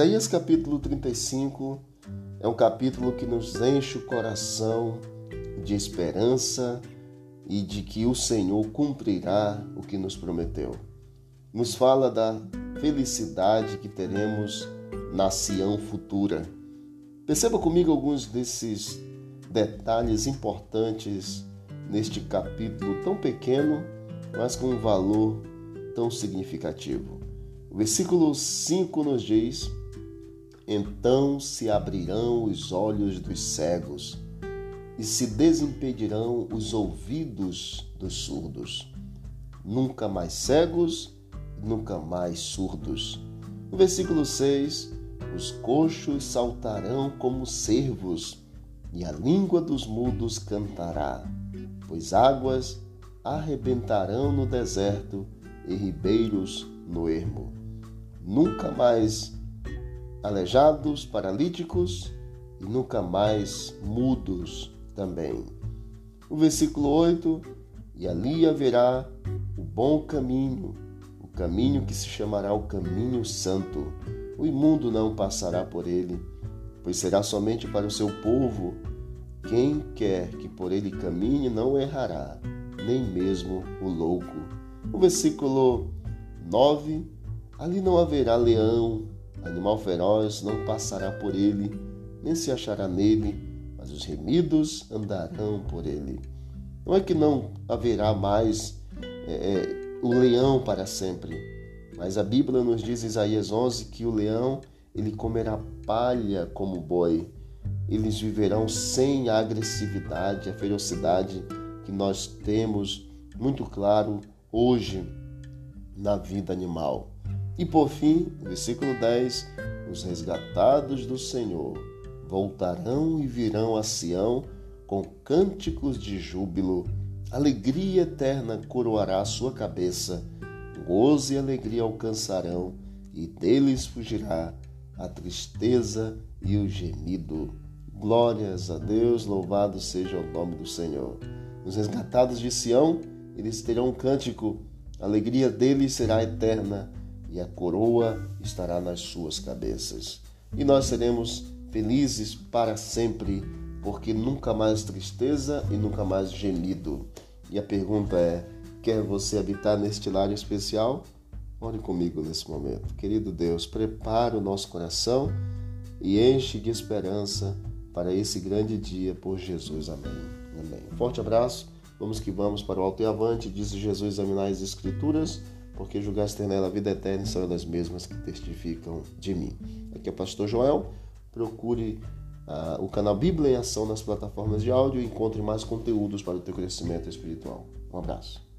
Isaías capítulo 35 é um capítulo que nos enche o coração de esperança e de que o Senhor cumprirá o que nos prometeu. Nos fala da felicidade que teremos na Sião futura. Perceba comigo alguns desses detalhes importantes neste capítulo tão pequeno, mas com um valor tão significativo. O versículo 5 nos diz: então se abrirão os olhos dos cegos e se desimpedirão os ouvidos dos surdos. Nunca mais cegos, nunca mais surdos. No versículo 6, os coxos saltarão como cervos e a língua dos mudos cantará, pois águas arrebentarão no deserto e ribeiros no ermo. Nunca mais aleijados, paralíticos e nunca mais mudos também. O versículo 8, e ali haverá o bom caminho, o caminho que se chamará o caminho santo. O imundo não passará por ele, pois será somente para o seu povo. Quem quer que por ele caminhe não errará, nem mesmo o louco. O versículo 9, ali não haverá leão, animal feroz não passará por ele, nem se achará nele, mas os remidos andarão por ele. Não é que não haverá mais o leão para sempre, mas a Bíblia nos diz em Isaías 11 que o leão ele comerá palha como boi. Eles viverão sem a agressividade, a ferocidade que nós temos muito claro hoje na vida animal. E por fim, no versículo 10, os resgatados do Senhor voltarão e virão a Sião com cânticos de júbilo. Alegria eterna coroará a sua cabeça, gozo e alegria alcançarão, e deles fugirá a tristeza e o gemido. Glórias a Deus, louvado seja o nome do Senhor. Os resgatados de Sião, eles terão um cântico, a alegria deles será eterna, e a coroa estará nas suas cabeças. E nós seremos felizes para sempre, porque nunca mais tristeza e nunca mais gemido. E a pergunta é, quer você habitar neste lar especial? Ore comigo nesse momento. Querido Deus, prepara o nosso coração e enche de esperança para esse grande dia por Jesus. Amém. Amém. Forte abraço. Vamos que vamos para o alto e avante. Diz Jesus, examinar as Escrituras, porque julgaste ter nela a vida eterna e são elas mesmas que testificam de mim. Aqui é o Pastor Joel. Procure o canal Bíblia em Ação nas plataformas de áudio e encontre mais conteúdos para o teu crescimento espiritual. Um abraço.